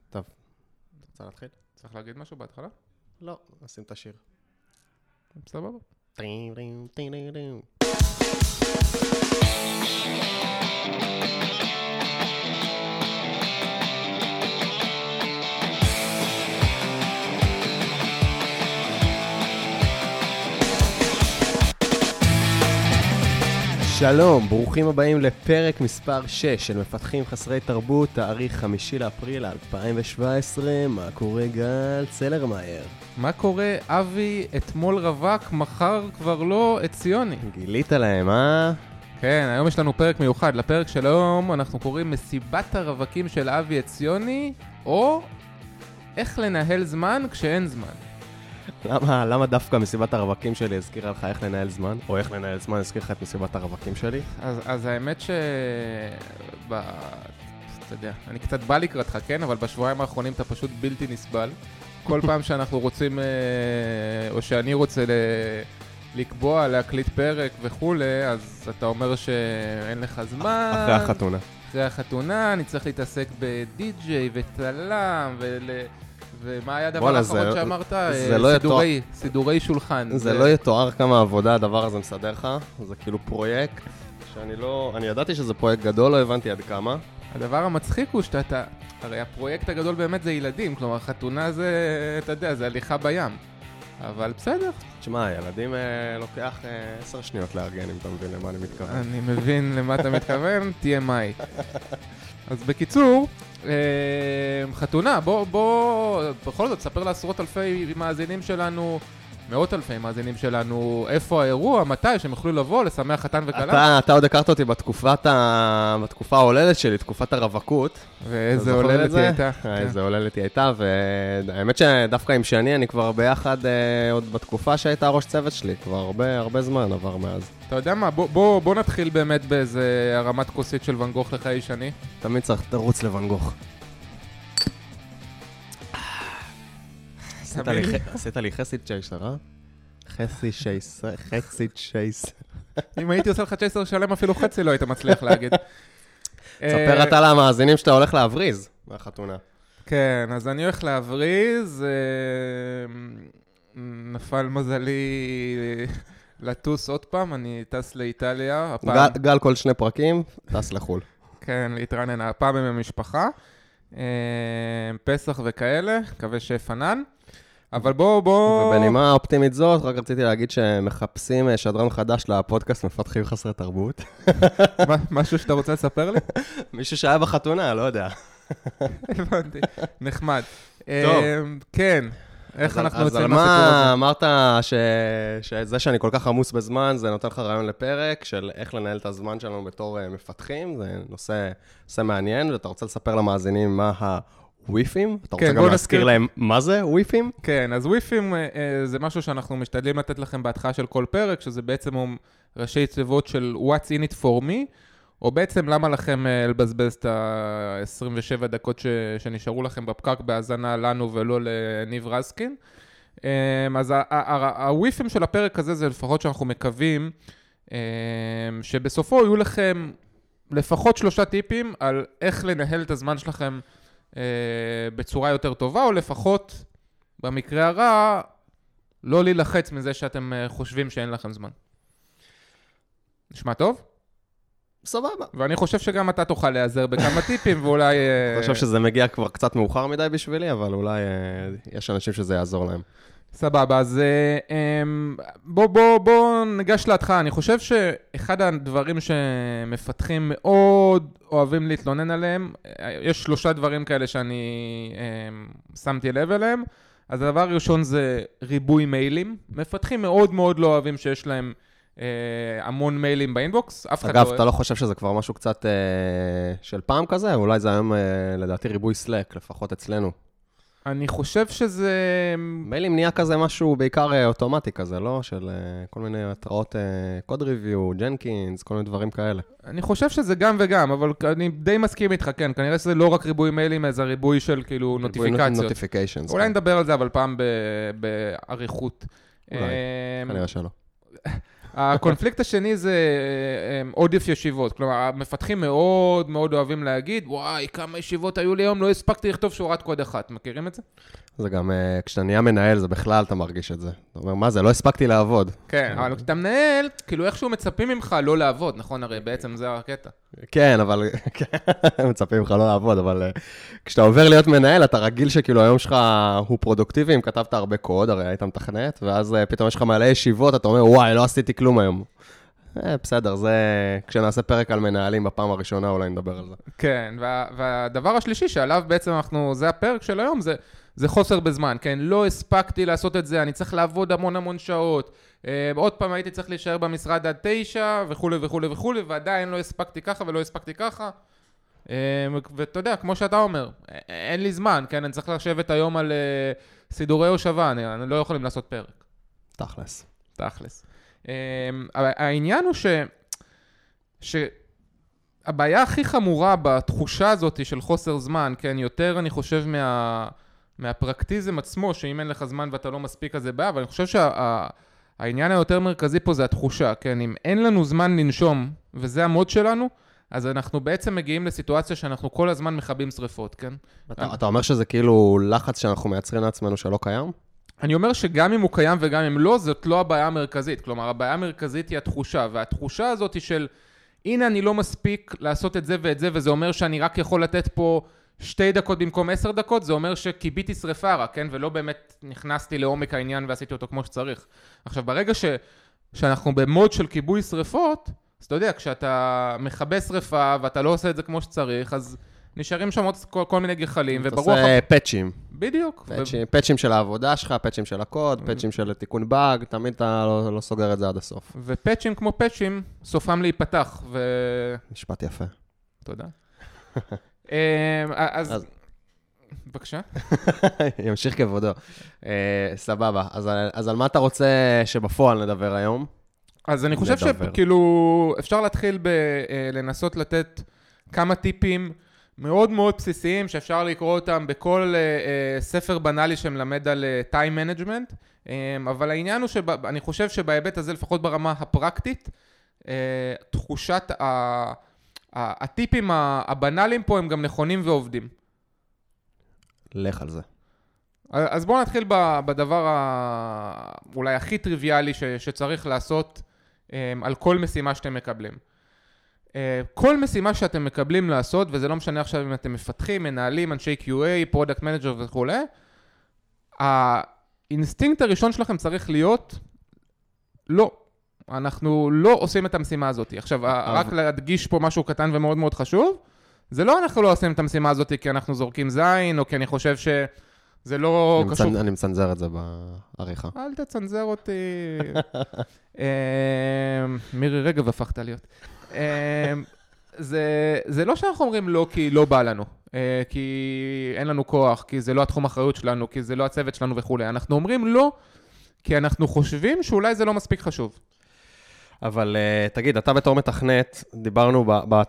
טוב, רוצה להתחיל? צריך להגיד משהו בהתחלה? לא, נשים את השיר. סבבה. טים, טים, טים, טים, טים. שלום, ברוכים הבאים לפרק מספר 6 של מפתחים חסרי תרבות, תאריך 5 לאפריל 2017. מה קורה גל צלרמייר? מה קורה אבי, אתמול רווק, מחר כבר לא, את ציוני? גילית להם, אה? כן, היום יש לנו פרק מיוחד. לפרק של היום אנחנו קוראים מסיבת הרווקים של אבי את ציוני, או איך לנהל זמן כשאין זמן. למה דווקא מסיבת הרווקים שלי הזכירה לך איך לנהל זמן? או איך לנהל זמן הזכיר לך את מסיבת הרווקים שלי? אז האמת אתה יודע, אני קצת בא לקראתך, כן? אבל בשבועיים האחרונים אתה פשוט בלתי נסבל. כל פעם שאנחנו רוצים, או שאני רוצה לקבוע, להקליט פרק וכולי, אז אתה אומר שאין לך זמן. אחרי החתונה. אחרי החתונה, אני צריך להתעסק בדי-ג'יי וצלם ומה היה הדבר האחרון שאמרת? סידורי שולחן. זה לא יתואר כמה עבודה הדבר הזה מסדר לך. זה כאילו פרויקט אני ידעתי שזה פרויקט גדול, לא הבנתי עד כמה. הדבר המצחיק הוא שאתה, הרי הפרויקט הגדול באמת זה ילדים, כלומר חתונה זה, אתה יודע, זה הליכה בים. אבל בסדר. תשמע, ילדים לוקח 10 שניות לארגן, אם אתה מבין למה אני מתכוון. אני מבין למה אתה מתכוון, TMI. אז בקיצור, חתונה, בוא, בכל זאת, ספר לעשרות אלפי מאזינים שלנו, מאות אלפי מאזינים שלנו, איפה האירוע, מתי, שהם יוכלו לבוא, לשמח חתן וכלה. אתה עוד הכרת אותי בתקופה ההוללת שלי, תקופת הרווקות. ואיזה הוללת היא הייתה. איזה הוללת היא הייתה, והאמת שדווקא עם שני אני כבר ביחד עוד בתקופה שהייתה ראש צוות שלי, כבר הרבה זמן עבר מאז. אתה יודע מה, בוא נתחיל באמת באיזה הרמת כוסית של ון גוך לחיי שני. תמיד צריך תרוץ לוון גוך. עשית לי חסית צ'ייסר, אה? חסית צ'ייסר. אם הייתי עושה לך צ'ייסר שלם, אפילו חצי לא היית מצליח להגיד. ספר אתה למאזינים שאתה הולך להבריז מהחתונה. כן, אז אני הולך להבריז. נפל מזלי לטוס עוד פעם, אני טס לאיטליה. גל כל 2 פרקים, טס לחול. כן, להתרענן, הפעם עם המשפחה. פסח וכאלה, מקווה שפנן. אבל בוא... ובנימה אופטימית זאת, רק רציתי להגיד שמחפשים שדרן חדש לפודקאסט מפתחים חסרי תרבות. משהו שאתה רוצה לספר לי? מישהו שהיה בחתונה, לא יודע. הבנתי, נחמד. טוב. כן, איך אנחנו יוצאים מהסיפור הזה? אז על מה אמרת שזה שאני כל כך עמוס בזמן, זה נותן לך רעיון לפרק של איך לנהל את הזמן שלנו בתור מפתחים, זה נושא מעניין, ואתה רוצה לספר למאזינים מה וויפים? אתה רוצה גם להזכיר להם מה זה וויפים? כן, אז וויפים זה משהו שאנחנו משתדלים לתת לכם בהתחלה של כל פרק, שזה בעצם ראשי צוות של What's in it for me, או בעצם למה לכם לבזבז את ה-27 דקות שנשארו לכם בפקק בהאזנה לנו ולא לניב רסקין. אז הוויפים של הפרק הזה זה לפחות שאנחנו מקווים שבסופו יהיו לכם לפחות 3 טיפים על איך לנהל את הזמן שלכם בצורה יותר טובה, או לפחות במקרה הרע לא להילחץ מזה שאתם חושבים שאין לכם זמן. נשמע טוב? סבבה. ואני חושב שגם אתה תוכל להיעזר בכמה טיפים, ואולי... אני חושב שזה מגיע כבר קצת מאוחר מדי בשבילי, אבל אולי יש אנשים שזה יעזור להם. סבבה, אז בוא ניגש להתחלה. אני חושב שאחד הדברים שמפתחים מאוד אוהבים להתלונן עליהם, יש 3 דברים כאלה שאני שמתי לב אליהם. אז הדבר הראשון זה ריבוי מיילים. מפתחים מאוד מאוד לא אוהבים שיש להם המון מיילים באינבוקס. אגב, אתה לא חושב שזה כבר משהו קצת של פעם כזה? אולי זה היום לדעתי ריבוי סלק, לפחות אצלנו. אני חושב שזה... מיילים נהיה כזה משהו בעיקר אוטומטי כזה, לא? של כל מיני התראות קוד ריוויו, ג'נקינס, כל מיני דברים כאלה. אני חושב שזה גם וגם, אבל אני די מסכים איתך, כן. כנראה שזה לא רק ריבוי מיילים, אלא זה ריבוי של כאילו נוטיפיקציות. אולי נדבר על זה, אבל פעם בעריכות. אולי, כנראה שלא. הקונפליקט השני זה עודף ישיבות. כלומר, המפתחים מאוד מאוד אוהבים להגיד, וואי, כמה ישיבות היו לי היום, לא הספקתי לכתוב שורת קוד אחת. מכירים את זה? זה גם, כשאתה נהיה מנהל, זה בכלל, אתה מרגיש את זה. אתה אומר, מה זה? לא הספקתי לעבוד. כן, אבל כשאתה מנהל, כאילו איכשהו מצפים ממך לא לעבוד, נכון? הרי בעצם זה הקטע. כן, אבל, מצפים לך לא לעבוד, אבל כשאתה עובר להיות מנהל, אתה רגיל שכאילו היום שלך הוא פרודוקטיבי, אם כתבת הרבה קוד, הרי היית מתכנת, ואז פתאום יש לך מלא ישיבות, אתה אומר, וואי, לא עשיתי כלום היום. בסדר, זה כשנעשה פרק על מנהלים בפעם הראשונה, אולי נדבר על זה. כן, והדבר השלישי שעליו בעצם זה הפרק של היום, זה חוסר בזמן, כן? לא הספקתי לעשות את זה, אני צריך לעבוד המון שעות. עוד פעם הייתי צריך להישאר במשרד עד 9 וכו' וכו' וכו', ועדיין לא הספקתי ככה ולא הספקתי ככה. ואתה יודע, כמו שאתה אומר, אין לי זמן, כן? אני צריך לשבת היום על סידורי הושבה, אני לא יכולים לעשות פרק. תכלס. העניין הוא שהבעיה הכי חמורה בתחושה הזאת של חוסר זמן, כן? יותר אני חושב מהפרקטיזם עצמו, שאם אין לך זמן ואתה לא מספיק אז זה בעיה, אבל אני חושב שהעניין היותר מרכזי פה זה התחושה, כן? אם אין לנו זמן לנשום, וזה המוד שלנו, אז אנחנו בעצם מגיעים לסיטואציה שאנחנו כל הזמן מכבים שריפות, כן? אתה אומר שזה כאילו לחץ שאנחנו מייצרים לעצמנו שלא קיים? אני אומר שגם אם הוא קיים וגם אם לא, זאת לא הבעיה המרכזית. כלומר, הבעיה המרכזית היא התחושה, והתחושה הזאת היא של, הנה אני לא מספיק לעשות את זה ואת זה, וזה אומר שאני רק יכול לתת פה 2 דקות במקום 10 דקות, זה אומר שקיביתי שריפה רק, כן? ולא באמת נכנסתי לעומק העניין ועשיתי אותו כמו שצריך. עכשיו, ברגע שאנחנו במוד של כיבוי שריפות, אז אתה יודע, כשאתה מכבה שריפה ואתה לא עושה את זה כמו שצריך, אז נשארים שם עוד כל מיני גחלים, אתה עושה פאצ'ים. בדיוק. פאצ'ים של העבודה שלך, פאצ'ים של הקוד, פאצ'ים של תיקון באג, תמיד אתה לא סוגר את זה עד הסוף. ופאצ'ים כמו פאצ'ים, סופם להיפתח. משפט יפה. תודה. אז... בבקשה. ימשיך כבודו. סבבה. אז על מה אתה רוצה שבפועל נדבר היום? אז אני חושב שכאילו אפשר להתחיל לנסות לתת כמה טיפים מאוד מאוד בסיסיים שאפשר לקרוא אותם בכל ספר בנאלי שמלמד על time management, אבל העניין הוא שאני חושב שבהיבט הזה לפחות ברמה הפרקטית, תחושת הטיפים הבנאליים פה הם גם נכונים ועובדים. לך על זה. אז בואו נתחיל בדבר אולי הכי טריוויאלי שצריך לעשות על כל משימה שאתם מקבלים. כל משימה שאתם מקבלים לעשות, וזה לא משנה עכשיו אם אתם מפתחים, מנהלים, אנשי QA, פרודקט מנג'ר וכו', האינסטינקט הראשון שלכם צריך להיות, לא, אנחנו לא עושים את המשימה הזאת. עכשיו, רק להדגיש פה משהו קטן ומאוד מאוד חשוב, זה לא אנחנו לא עושים את המשימה הזאת כי אנחנו זורקים זין, או כי אני חושב שזה לא קשור. אני מצנזר את זה בעריכה. אל תצנזר אותי. מירי רגב הפכת להיות. זה לא שאנחנו אומרים לא כי לא בא לנו, כי אין לנו כוח, כי זה לא התחום האחריות שלנו, כי זה לא הצוות שלנו וכו'. אנחנו אומרים לא כי אנחנו חושבים שאולי זה לא מספיק חשוב. אבל תגיד, אתה בתור מתכנת, דיברנו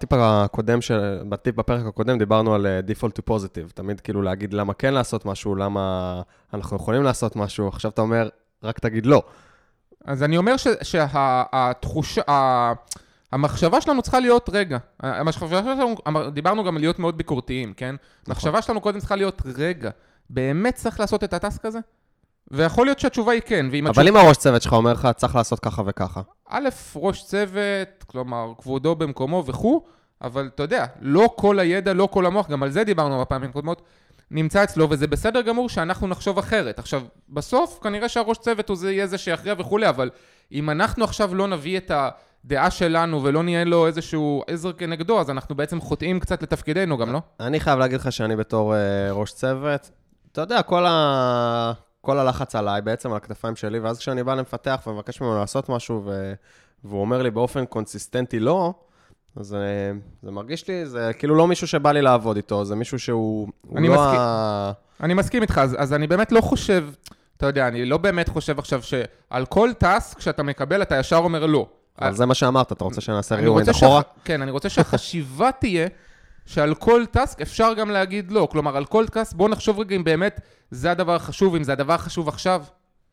בפרק הקודם, דיברנו על default to positive, תמיד כאילו להגיד למה כן לעשות משהו, למה אנחנו יכולים לעשות משהו, עכשיו אתה אומר, רק תגיד לא. אז אני אומר שהתחושה, המחשבה שלנו צריכה להיות רגע, המחשבה שלנו, דיברנו גם על להיות מאוד ביקורתיים, כן? המחשבה שלנו קודם צריכה להיות רגע, באמת צריך לעשות את הטסק הזה? ויכול להיות שהתשובה היא כן. אבל אם הראש צוות שלך אומר לך, צריך לעשות ככה וככה. א', ראש צוות, כלומר, כבודו במקומו וכו', אבל אתה יודע, לא כל הידע, לא כל המוח, גם על זה דיברנו בפעמים קודמות, נמצא אצלו, וזה בסדר גמור שאנחנו נחשוב אחרת. עכשיו, בסוף, כנראה שהראש צוות הוא יהיה זה שיכריע וכו', אבל אם אנחנו עכשיו לא נביא את הדעה שלנו, ולא נהיה לו איזשהו עזר כנגדו, אז אנחנו בעצם חוטאים קצת לתפקידנו גם, לא? אני חייב להגיד לך שאני בתור ראש צוות, אתה יודע, כל הלחץ עליי בעצם על הכתפיים שלי, ואז כשאני בא למפתח ומבקש ממנו לעשות משהו, והוא אומר לי באופן קונסיסטנטי לא, אז זה מרגיש לי, זה כאילו לא מישהו שבא לי לעבוד איתו, זה מישהו שהוא אני מסכים איתך, אז אני באמת לא חושב, אתה יודע, אני לא באמת חושב עכשיו שעל כל טסק שאתה מקבל, אתה ישר אומר לא. אבל זה מה שאמרת, אתה רוצה שנעשה ריוויינד אחורה? כן, אני רוצה שהחשיבה תהיה שעל כל טסק אפשר גם להגיד לא. כלומר, על כל טסק בוא נחשוב רגע אם באמת זה הדבר החשוב, אם זה הדבר החשוב עכשיו.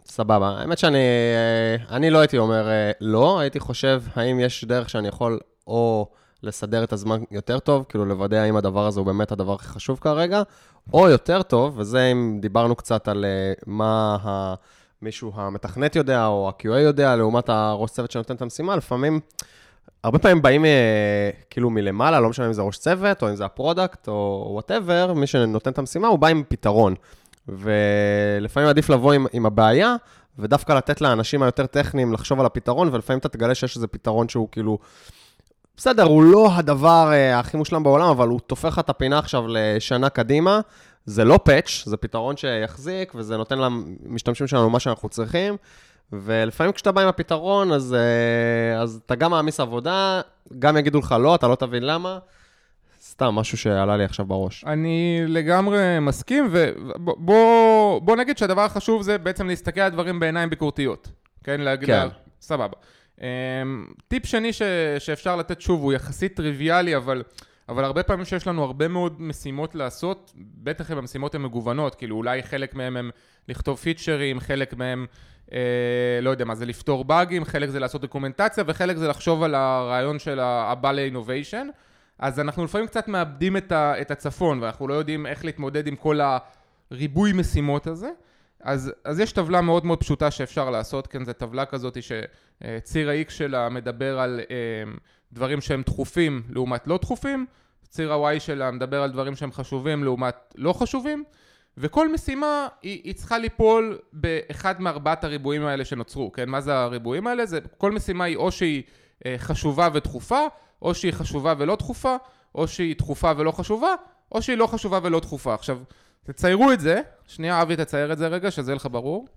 סבבה. האמת שאני לא הייתי אומר לא, הייתי חושב האם יש דרך שאני יכול או לסדר את הזמן יותר טוב, כאילו לוודא האם הדבר הזה הוא באמת הדבר הכי חשוב כרגע, או יותר טוב, וזה אם דיברנו קצת על מה מישהו המתכנת יודע, או ה-QA יודע, לעומת הראש צוות שנותן את המשימה, לפעמים, הרבה פעמים באים כאילו מלמעלה, לא משנה אם זה ראש צוות, או אם זה הפרודקט, או whatever, מי שנותן את המשימה, הוא בא עם פתרון. ולפעמים עדיף לבוא עם הבעיה, ודווקא לתת לאנשים היותר טכניים לחשוב על הפתרון, ולפעמים אתה תגלה שיש איזה פתרון שהוא כאילו, בסדר, הוא לא הדבר הכי מושלם בעולם, אבל הוא תופך את הפינה עכשיו לשנה קדימה, זה לא פאץ', זה פתרון שיחזיק, וזה נותן למשתמשים שלנו מה שאנחנו צריכים, ולפעמים כשאתה בא עם הפתרון, אז אתה גם מעמיס עבודה, גם יגידו לך לא, אתה לא תבין למה, סתם משהו שעלה לי עכשיו בראש. אני לגמרי מסכים, ובוא נגיד שהדבר החשוב זה בעצם להסתכל על דברים בעיניים ביקורתיות. כן, להגיד, כן. סבבה. טיפ שני שאפשר לתת שוב, הוא יחסית טריוויאלי, אבל הרבה פעמים שיש לנו הרבה מאוד משימות לעשות, בטח אם המשימות הן מגוונות, כאילו אולי חלק מהם הם לכתוב פיצ'רים, חלק מהם, לא יודע מה, זה לפתור באגים, חלק זה לעשות דוקומנטציה, וחלק זה לחשוב על הרעיון של הבא לאינוביישן. אז אנחנו לפעמים קצת מאבדים את הצפון, ואנחנו לא יודעים איך להתמודד עם כל הריבוי משימות הזה. אז יש טבלה מאוד מאוד פשוטה שאפשר לעשות, כן, זו טבלה כזאת שציר ה-X שלה מדבר על דברים שהם דחופים לעומת לא דחופים, ציר ה-Y שלה מדבר על דברים שהם חשובים לעומת לא חשובים, וכל משימה היא צריכה ליפול באחד מארבעת הריבועים האלה שנוצרו, כן? מה זה הריבועים האלה? כל משימה היא או שהיא חשובה ודחופה, או שהיא חשובה ולא דחופה, או שהיא דחופה ולא חשובה, או שהיא לא חשובה ולא דחופה. עכשיו, תציירו את זה, שנייה, אבי תצייר את זה רגע, שזה יהיה לך ברור.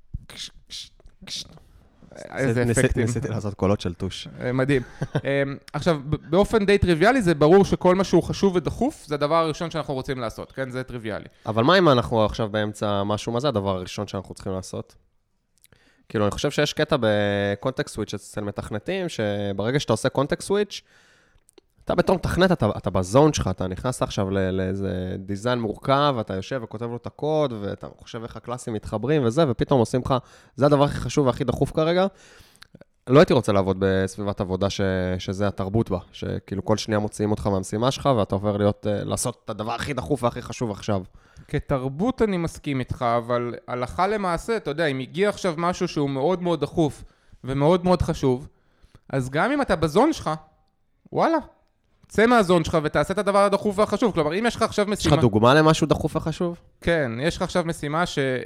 איזה אפקטים. ניסיתי לעשות קולות של טוש. מדהים. עכשיו, באופן די טריוויאלי, זה ברור שכל מה שהוא חשוב ודחוף, זה הדבר הראשון שאנחנו רוצים לעשות, כן? זה טריוויאלי. אבל מה אם אנחנו עכשיו באמצע משהו, מה זה הדבר הראשון שאנחנו צריכים לעשות? כאילו, אני חושב שיש קטע בקונטקסט סוויץ' אצל מתכנתים, שברגע שאתה עושה קונטקסט סוויץ', אתה בתור מתכנת, אתה בזון שלך, אתה נכנס עכשיו לאיזה דיזיין מורכב, אתה יושב וכותב לו את הקוד, ואתה חושב איך הקלאסים מתחברים וזה, ופתאום עושים לך, זה הדבר הכי חשוב והכי דחוף כרגע. לא הייתי רוצה לעבוד בסביבת עבודה שזה התרבות בה, שכאילו כל שנייה מוציאים אותך מהמשימה שלך, ואתה עובר לעשות את הדבר הכי דחוף והכי חשוב עכשיו. כתרבות אני מסכים איתך, אבל הלכה למעשה, אתה יודע, אם הגיע עכשיו משהו שהוא מאוד מאוד דחוף ומאוד מאוד חשוב, אז גם אם אתה בזון שלך, וואלה, צא מהזון שלך ותעשה את הדבר הדחוף והחשוב. כלומר, אם יש לך עכשיו משימה... יש לך דוגמה למשהו דחוף וחשוב? כן, יש לך עכשיו משימה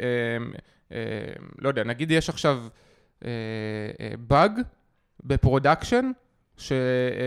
לא יודע, נגיד יש עכשיו באג בפרודקשן, אתה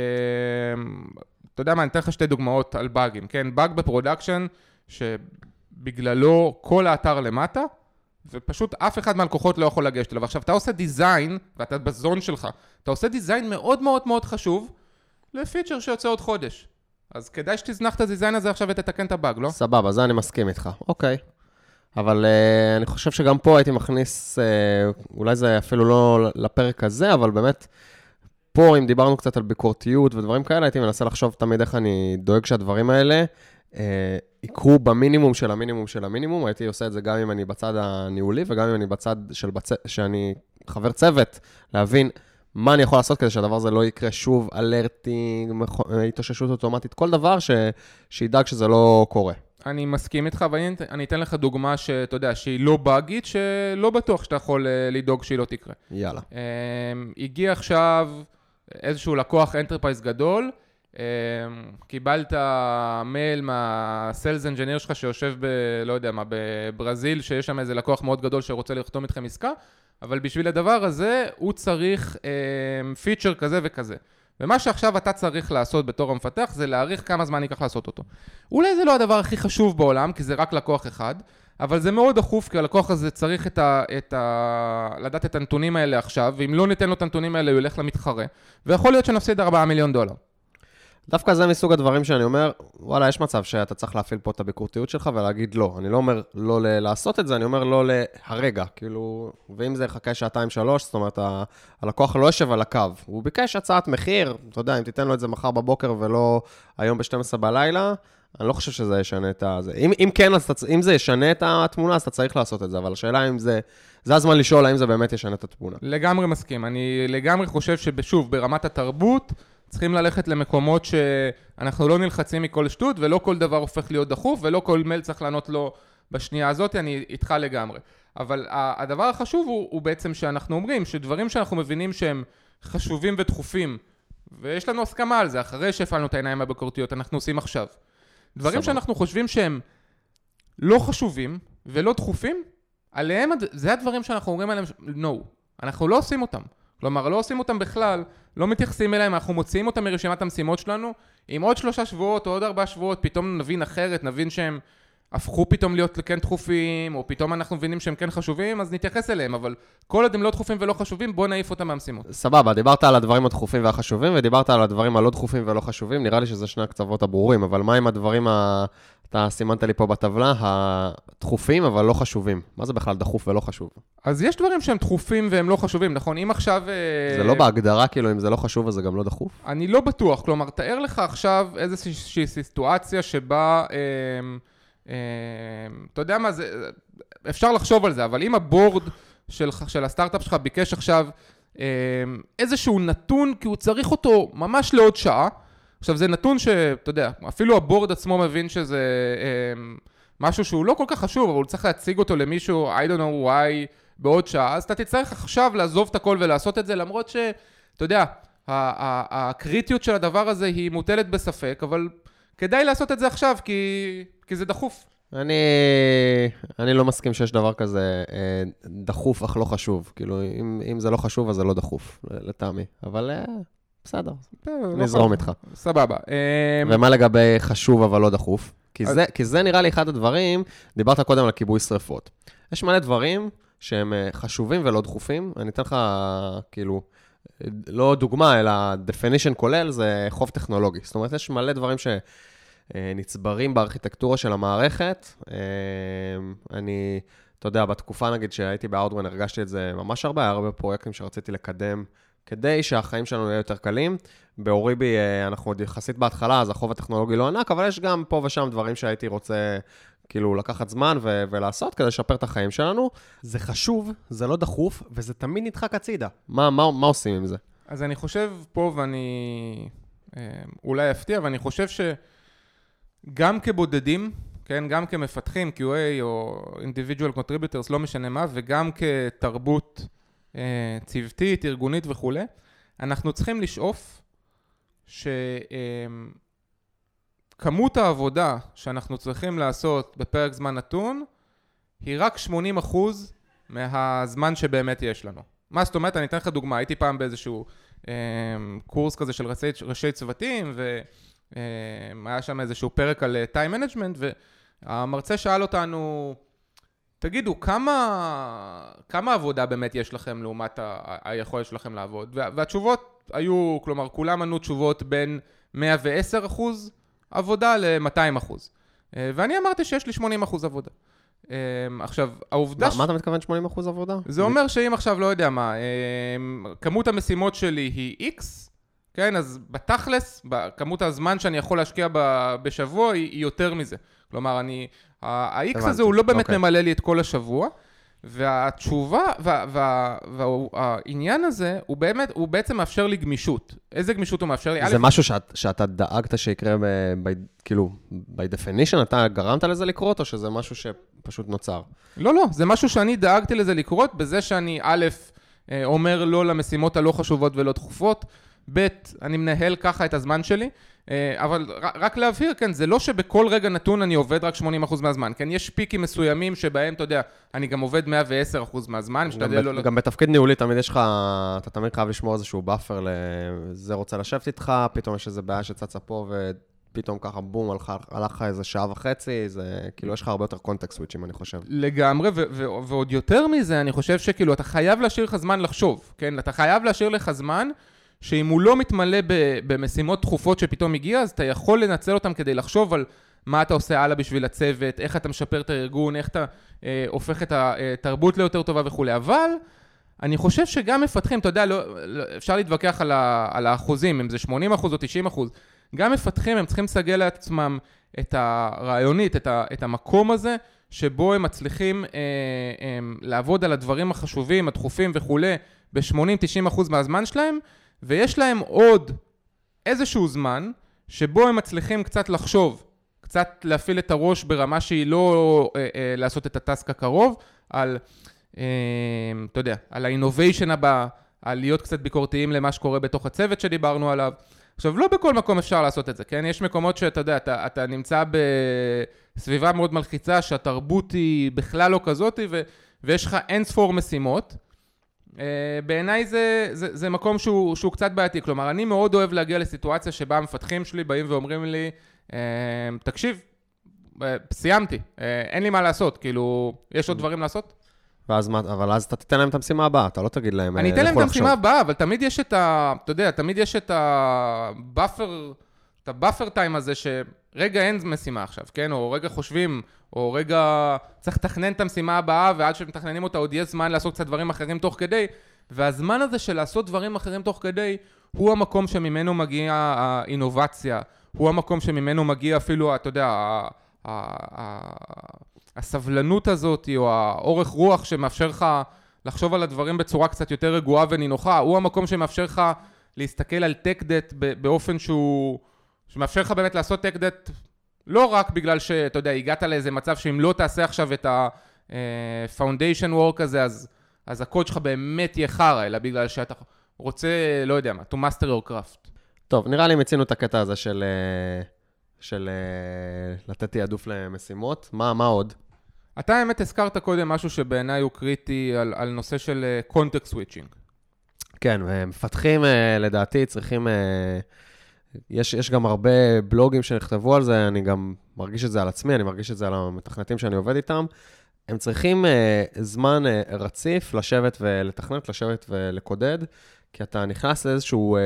יודע מה, אני אתן לך שתי דוגמאות על באגים, כן? באג בפרודקשן, שבגללו כל האתר למטה, ופשוט אף אחד מהלקוחות לא יכול לגשת אליו. עכשיו, אתה עושה דיזיין, ואתה בזון שלך, אתה עושה דיזיין מאוד מאוד מאוד חשוב, לפיצ'ר שיוצא עוד חודש. אז כדאי שתזנח את הדיזיין הזה עכשיו ותתקן את הבאג, לא? סבבה, זה אני מסכים איתך. אוקיי. אבל אני חושב שגם פה הייתי מכניס, אולי זה אפילו לא לפרק הזה, אבל באמת, פה אם דיברנו קצת על ביקורתיות ודברים כאלה, הייתי מנסה לחשוב תמיד איך אני דואג שהדברים האלה יקרו במינימום של המינימום של המינימום. הייתי עושה את זה גם אם אני בצד הניהולי, וגם אם אני בצד שאני חבר צוות, להבין מה אני יכול לעשות כדי שהדבר הזה לא יקרה שוב, אלרטינג, התאוששות אוטומטית, כל דבר שידאג שזה לא קורה. אני מסכים איתך, ואני אתן לך דוגמה שאתה יודע, שהיא לא באגית, שלא בטוח שאתה יכול לדאוג שהיא לא תקרה. יאללה. הגיע עכשיו איזשהו לקוח אנטרפרייז גדול, קיבלת מייל מהסיילס אנג'יניר שלך שיושב לא יודע מה, בברזיל, שיש שם איזה לקוח מאוד גדול שרוצה לחתום איתכם עסקה, אבל בשביל הדבר הזה הוא צריך פיצ'ר כזה וכזה. ומה שעכשיו אתה צריך לעשות בתור המפתח זה להעריך כמה זמן ייקח לעשות אותו. אולי זה לא הדבר הכי חשוב בעולם, כי זה רק לקוח אחד, אבל זה מאוד דחוף, כי הלקוח הזה צריך לדעת את הנתונים האלה עכשיו, ואם לא ניתן לו את הנתונים האלה, הוא ילך למתחרה, ויכול להיות שנפסיד $4 מיליון. דווקא זה מסוג הדברים שאני אומר, וואלה, יש מצב שאתה צריך להפעיל פה את הביקורתיות שלך ולהגיד לא. אני לא אומר לא לעשות את זה, אני אומר לא להרגע, כאילו, ואם זה יחכה 2-3, זאת אומרת, הלקוח לא יושב על הקו, הוא ביקש הצעת מחיר, אתה יודע, אם תיתן לו את זה מחר בבוקר ולא היום ב-12 בלילה, אני לא חושב שזה ישנה את זה. אם כן, אם זה ישנה את התמונה, אז אתה צריך לעשות את זה, אבל השאלה אם זה הזמן לשאול, האם זה באמת ישנה את התמונה. לגמרי מסכים. אני לגמרי חושב שבשוב, ברמת התרבות, צריכים ללכת למקומות שאנחנו לא נלחצים מכל שטות, ולא כל דבר הופך להיות דחוף, ולא כל מייל צריך לענות לו בשנייה הזאת, אני איתך לגמרי. אבל הדבר החשוב הוא בעצם שאנחנו אומרים, שדברים שאנחנו מבינים שהם חשובים ודחופים, ויש לנו הסכמה על זה, אחרי שהפעלנו את העיניים הביקורתיות, אנחנו עושים עכשיו. דברים שאנחנו חושבים שהם לא חשובים ולא דחופים, עליהם, זה הדברים שאנחנו אומרים עליהם, no, אנחנו לא עושים אותם. כלומר, לא עושים אותם בכלל, לא מתייחסים אליהם, אנחנו מוציאים אותם מרשימת המשימות שלנו, עם עוד 3 שבועות או עוד 4 שבועות, פתאום נבין אחרת, נבין שהם הפכו פתאום להיות כן דחופים, או פתאום אנחנו מבינים שהם כן חשובים, אז נתייחס אליהם, אבל כל עוד הם לא דחופים ולא חשובים, בוא נעיף אותם מהמשימות. סבבה, דיברת על הדברים הדחופים והחשובים, ודיברת על הדברים הלא דחופים ולא חשובים, נראה לי שזה שני הקצוות הברורים, אבל מה עם הדברים, אתה סימנת לי פה בטבלה, הדחופים אבל לא חשובים? מה זה בכלל דחוף ולא חשוב? אז יש דברים שהם דחופים והם לא חשובים, נכון? אם עכשיו... זה לא בהגדרה, כאילו, אם זה לא חשוב, אז זה גם לא דחוף? אני לא בטוח, כלומר, תאר לך עכשיו איזושהי סיטואציה שבה... אתה יודע מה זה, אפשר לחשוב על זה, אבל אם הבורד של הסטארט-אפ שלך ביקש עכשיו איזשהו נתון, כי הוא צריך אותו ממש לעוד שעה, עכשיו זה נתון שאתה יודע, אפילו הבורד עצמו מבין שזה משהו שהוא לא כל כך חשוב, אבל הוא צריך להציג אותו למישהו, I don't know why, בעוד שעה, אז אתה תצטרך עכשיו לעזוב את הכל ולעשות את זה, למרות שאתה יודע, הקריטיות של הדבר הזה היא מוטלת בספק, אבל כדאי לעשות את זה עכשיו, כי זה דחוף. אני לא מסכים שיש דבר כזה דחוף אך לא חשוב. כאילו, אם זה לא חשוב, אז זה לא דחוף, לטעמי. אבל בסדר, נזרום איתך. סבבה. ומה לגבי חשוב אבל לא דחוף? כי זה נראה לי אחד הדברים, דיברת קודם על כיבוי שריפות. יש מלא דברים שהם חשובים ולא דחופים. אני אתן לך, כאילו, לא דוגמה, אלא definition כולל, זה חוב טכנולוגי. זאת אומרת, יש מלא דברים שנצברים בארכיטקטורה של המערכת. אתה יודע, בתקופה נגיד שהייתי באוטברן, הרגשתי את זה ממש הרבה פרויקטים שרציתי לקדם, כדי שהחיים שלנו יהיו יותר קלים. באוריבי אנחנו עוד יחסית בהתחלה, אז החוב הטכנולוגי לא ענק, אבל יש גם פה ושם דברים שהייתי רוצה כאילו לקחת זמן ולעשות כדי לשפר את החיים שלנו. זה חשוב, זה לא דחוף, וזה תמיד נדחק הצידה. מה עושים עם זה? אז אני חושב פה, ואני אולי אפתיע, אבל אני חושב שגם כבודדים, כן, גם כמפתחים, QA או individual contributors, לא משנה מה, וגם כתרבות צוותית, ארגונית וכו', אנחנו צריכים לשאוף כמות העבודה שאנחנו צריכים לעשות בפרק זמן נתון, היא רק 80% מהזמן שבאמת יש לנו. מה זאת אומרת? אני אתן לך דוגמה, הייתי פעם באיזשהו קורס כזה של ראשי צוותים, והיה שם איזשהו פרק על time management, והמרצה שאל אותנו, תגידו, כמה עבודה באמת יש לכם לעומת היכולת שלכם לעבוד? והתשובות היו, כלומר, כולם ענו תשובות בין 110% עבודה ל-200%. ואני אמרתי שיש לי 80% עבודה. עכשיו, העובדה... מה אתה מתכוון 80% עבודה? זה אומר שאם עכשיו לא יודע מה, כמות המשימות שלי היא X, כן, אז בתכלס, כמות הזמן שאני יכול להשקיע בשבוע היא יותר מזה. כלומר, ה-X הזה הוא לא באמת ממלא לי את כל השבוע, והתשובה, והעניין הזה, הוא בעצם מאפשר לי גמישות. איזה גמישות הוא מאפשר לי? זה משהו שאתה דאגת שיקרה, כאילו, by definition, אתה גרמת לזה לקרות, או שזה משהו שפשוט נוצר? לא, זה משהו שאני דאגתי לזה לקרות, בזה שאני א', אומר לא למשימות הלא חשובות ולא דחופות, ב', אני מנהל ככה את הזמן שלי, אבל רק להבהיר, כן, זה לא שבכל רגע נתון אני עובד רק 80% מהזמן, כן, יש פיקים מסוימים שבהם, אתה יודע, אני גם עובד 110% מהזמן, גם בתפקיד ניהולי תמיד יש לך, אתה תמיד חייב לשמור איזשהו באפר לזה רוצה לשבת איתך, פתאום יש איזה בעיה שצצה פה ופתאום ככה בום, הלך איזה שעה וחצי, זה כאילו יש לך הרבה יותר קונטקסט סוויצ'ים, אני חושב. לגמרי, ועוד יותר מזה, אני חושב שכאילו אתה חייב להשאיר לך זמן לחשוב, כן, אתה חייב להשאיר לך זמן שאם הוא לא מתמלא במשימות דחופות שפתאום הגיע, אז אתה יכול לנצל אותם כדי לחשוב על מה אתה עושה הלאה בשביל הצוות, איך אתה משפר את הארגון, איך אתה הופך את התרבות ליותר טובה וכו'. אבל אני חושב שגם מפתחים, אתה יודע, אפשר להתווכח על האחוזים, אם זה 80% או 90%, גם מפתחים הם צריכים לסגל לעצמם את הרעיונית, את המקום הזה, שבו הם מצליחים לעבוד על הדברים החשובים, הדחופים וכו', ב-80-90% מהזמן שלהם, ויש להם עוד איזשהו זמן, שבו הם מצליחים קצת לחשוב, קצת להפעיל את הראש ברמה שהיא לא לעשות את הטסק הקרוב, על, אתה יודע, על האינוביישן הבא, על להיות קצת ביקורתיים למה שקורה בתוך הצוות שדיברנו עליו. עכשיו, לא בכל מקום אפשר לעשות את זה, כן? יש מקומות שאתה יודע, אתה נמצא בסביבה מאוד מלחיצה, שהתרבות היא בכלל לא כזאת, ויש לך אין ספור משימות. בעיניי זה מקום שהוא קצת בעייתי. כלומר, אני מאוד אוהב להגיע לסיטואציה שבה המפתחים שלי באים ואומרים לי, תקשיב, סיימתי, אין לי מה לעשות, כאילו, יש עוד דברים לעשות? אבל אז אתה תיתן להם את המשימה הבאה, אתה לא תגיד להם, אני אתן להם את המשימה הבאה, אבל תמיד יש אתה יודע, תמיד יש את הבאפר טיים הזה, שרגע אין משימה עכשיו, כן? או רגע חושבים, או רגע צריך לתכנן את המשימה הבאה, ועד שמתכננים אותה עוד יש זמן לעשות קצת דברים אחרים תוך כדי, והזמן הזה של לעשות דברים אחרים תוך כדי, הוא המקום שממנו מגיע האינובציה, הוא המקום שממנו מגיע אפילו, אתה יודע, הסבלנות הזאת, או האורך רוח שמאפשר לך לחשוב על הדברים בצורה קצת יותר רגועה ונינוחה, הוא המקום שמאפשר לך להסתכל על טק דט באופן שמאפשר לך באמת לעשות טק דט, לא רק בגלל שאתה יודע, הגעת לאיזה מצב שאם לא תעשה עכשיו את ה-foundation work הזה, אז הקוד שלך באמת יהיה חרא, אלא בגלל שאתה רוצה, לא יודע מה, to master your craft. טוב, נראה לי מצינו את הקטע הזה של לתת תעדוף למשימות. מה עוד? אתה האמת הזכרת קודם משהו שבעיניי הוא קריטי על נושא של context switching. כן, מפתחים לדעתי צריכים, יש גם הרבה בלוגים שנכתבו על זה, אני גם מרגיש את זה על עצמי, אני מרגיש את זה על המתכנתים שאני עובד איתם, הם צריכים זמן רציף לשבת ולתכנת, לשבת ולקודד, כי אתה נכנס לאיזשהו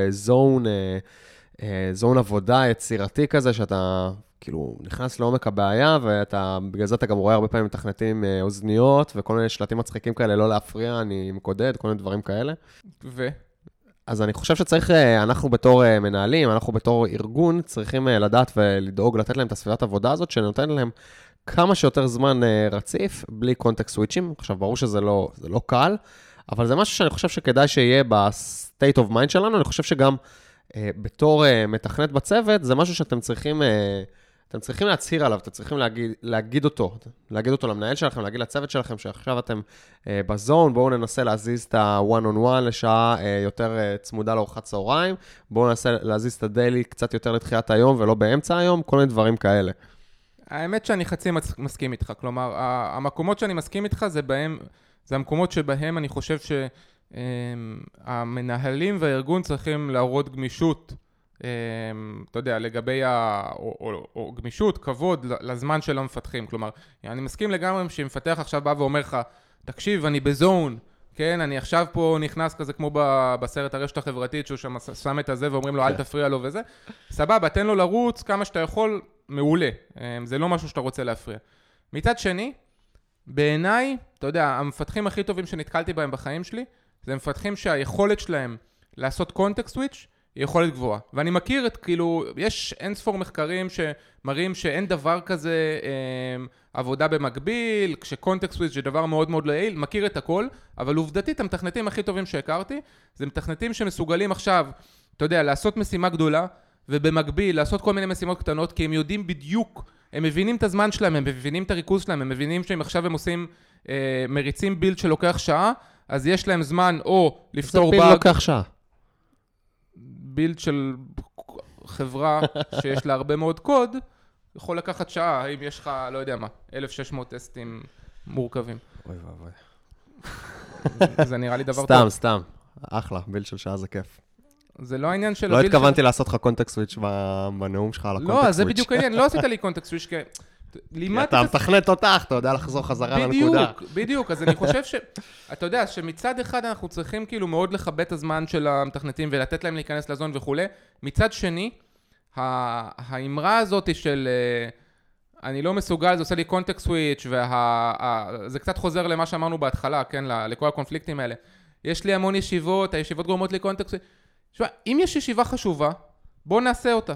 זון עבודה יצירתי כזה, שאתה כאילו נכנס לעומק הבעיה, ובגלל זה אתה גם רואה הרבה פעמים מתכנתים אוזניות, וכל מיני שלטים מצחיקים כאלה, לא להפריע, אני מקודד, כל מיני דברים כאלה. אז אני חושב שצריך, אנחנו בתור מנהלים, אנחנו בתור ארגון, צריכים לדעת ולדאוג, לתת להם את הסביבת העבודה הזאת, שנותן להם כמה שיותר זמן רציף, בלי קונטקסט סוויצ'ים. עכשיו, ברור שזה לא קל, אבל זה משהו שאני חושב שכדאי שיהיה בסטייט אוף מיינד שלנו. אני חושב שגם בתור מתכנת בצוות, זה משהו שאתם צריכים, אתם צריכים להצהיר עליו, אתם צריכים להגיד אותו למנהל שלכם, להגיד לצוות שלכם, שעכשיו אתם בזון, בואו ננסה להזיז את ה-one-on-one לשעה יותר צמודה לארוחת צהריים, בואו ננסה להזיז את הדיילי קצת יותר לתחילת היום ולא באמצע היום, כל מיני דברים כאלה. האמת שאני חצי מסכים איתך, כלומר, המקומות שאני מסכים איתך זה המקומות שבהם אני חושב שהמנהלים והארגון צריכים להראות גמישות, אתה יודע, לגבי או גמישות, כבוד לזמן של המפתחים. כלומר, אני מסכים לגמרי שמפתח עכשיו בא ואומר לך, תקשיב, אני בזון, כן, אני עכשיו פה נכנס כזה כמו בסרט הרשת החברתית, שהוא שם את הזה ואומרים לו, אל תפריע לו וזה. סבבה, תן לו לרוץ כמה שאתה יכול, מעולה. זה לא משהו שאתה רוצה להפריע. מצד שני, בעיניי, אתה יודע, המפתחים הכי טובים שנתקלתי בהם בחיים שלי, זה מפתחים שהיכולת שלהם לעשות context switch היא יכולת גבוהה. ואני מכיר כאילו, יש אין ספור מחקרים שמראים שאין דבר כזה עבודה במקביל, כשקונטקסט סוויץ' זה דבר מאוד מאוד לעיל, מכיר את הכל, אבל עובדתית המתכנתים הכי טובים שהכרתי, זה מתכנתים שמסוגלים עכשיו, אתה יודע, לעשות משימה גדולה, ובמקביל לעשות כל מיני משימות קטנות, כי הם יודעים בדיוק, הם מבינים את הזמן שלהם, הם מבינים את הריכוז שלהם, הם מבינים שאם עכשיו הם עושים, מריצים בילד שלוקח שעה, אז יש להם זמן או לפתור באג. זה בילד לוקח שעה. בילד של חברה שיש לה הרבה מאוד קוד, יכול לקחת שעה, אם יש לך, לא יודע מה, 1,600 טסטים מורכבים. אוי ואבוי. זה נראה לי דבר טוב. סתם. אחלה, בילד של שעה זה כיף. זה לא העניין של... לא התכוונתי לעשות לך קונטקסט סוויץ' בנאום שלך על הקונטקסט סוויץ'. לא, זה בדיוק העניין, לא עשית לי קונטקסט סוויץ' אתה מתכנת אותך, אתה יודע לחזור חזרה לנקודה. בדיוק, אז אני חושב אתה יודע, שמצד אחד אנחנו צריכים כאילו מאוד לכבד את הזמן של המתכנתים ולתת להם להיכנס לזון וכו'. מצד שני, האמרה הזאת של אני לא מסוגל, זה עושה לי קונטקסט סוויץ' זה קצת חוזר למה שאמרנו בהתחלה, כן, לכל הקונפליקטים האלה. יש לי המון ישיבות, הישיבות גורמות לי קונטקסט סוויץ'. אם יש ישיבה חשובה, בוא נעשה אותה.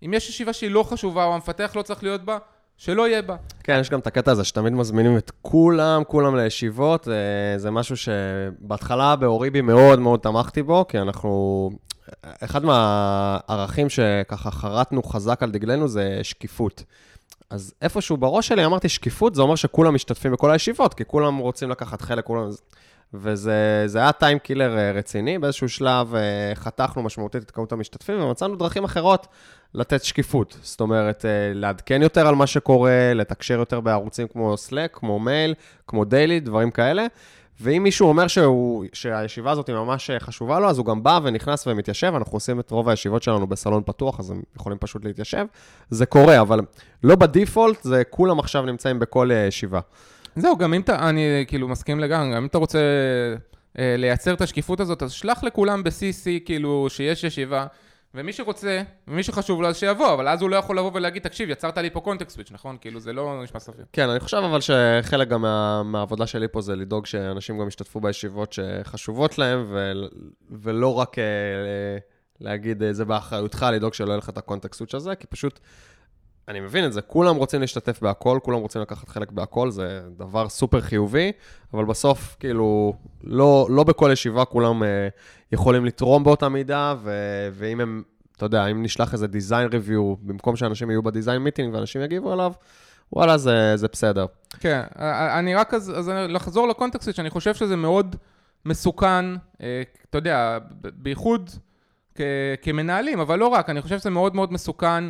אם יש ישיבה שהיא לא חשובה, או המפתח לא צריך להיות בה, שלא יהיה בה. כן, יש גם את הקטע הזה שתמיד מזמינים את כולם לישיבות, זה משהו שבהתחלה באוריבי מאוד מאוד תמכתי בו, כי אחד מהערכים שככה חרטנו חזק על דגלנו זה שקיפות. אז איפשהו בראש שלי אמרתי שקיפות, זה אומר שכולם משתתפים בכל הישיבות, כי כולם רוצים לקחת חלק, וזה היה טיים קילר רציני, באיזשהו שלב חתכנו משמעותית את כמות המשתתפים, ומצאנו דרכים אחרות לתת שקיפות. זאת אומרת, לעדכן יותר על מה שקורה, לתקשר יותר בערוצים כמו Slack, כמו מייל, כמו דיילי, דברים כאלה. ואם מישהו אומר שהישיבה הזאת היא ממש חשובה לו, אז הוא גם בא ונכנס ומתיישב, אנחנו עושים את רוב הישיבות שלנו בסלון פתוח, אז הם יכולים פשוט להתיישב. זה קורה, אבל לא בדיפולט, זה כולם עכשיו נמצאים בכל ישיבה. זהו, גם אם אני כאילו מסכים לגמרי, גם אם אתה רוצה לייצר את השקיפות הזאת, אז שלח לכולם ב-CC, כאילו שיש ישיבה, ומי שרוצה, ומי שחשוב לו, אז שיבוא, אבל אז הוא לא יכול לבוא ולהגיד, תקשיב, יצרת לי פה קונטקסט סוויץ', נכון? כאילו זה לא נשמע סביר. כן, אני חושב אבל שחלק גם מהעבודה שלי פה זה לדאוג שאנשים גם ישתתפו בישיבות שחשובות להם, ולא רק להגיד, זה באחריותך לדאוג שלא יהיה לך את הקונטקסט סוויץ' הזה, כי פשוט אני מבין את זה, כולם רוצים להשתתף בהכל, כולם רוצים לקחת חלק בהכל, זה דבר סופר חיובי, אבל בסוף, כאילו, לא בכל ישיבה כולם יכולים לתרום באותה מידה, ואם הם, אתה יודע, אם נשלח איזה דיזיין ריוויו, במקום שאנשים יהיו בדיזיין מיטינג ואנשים יגיבו עליו, וואלה, זה בסדר. כן, אני רק אז לחזור לקונטקסט, שאני חושב שזה מאוד מסוכן, אתה יודע, בייחוד כמנהלים, אבל לא רק, אני חושב שזה מאוד מאוד מסוכן,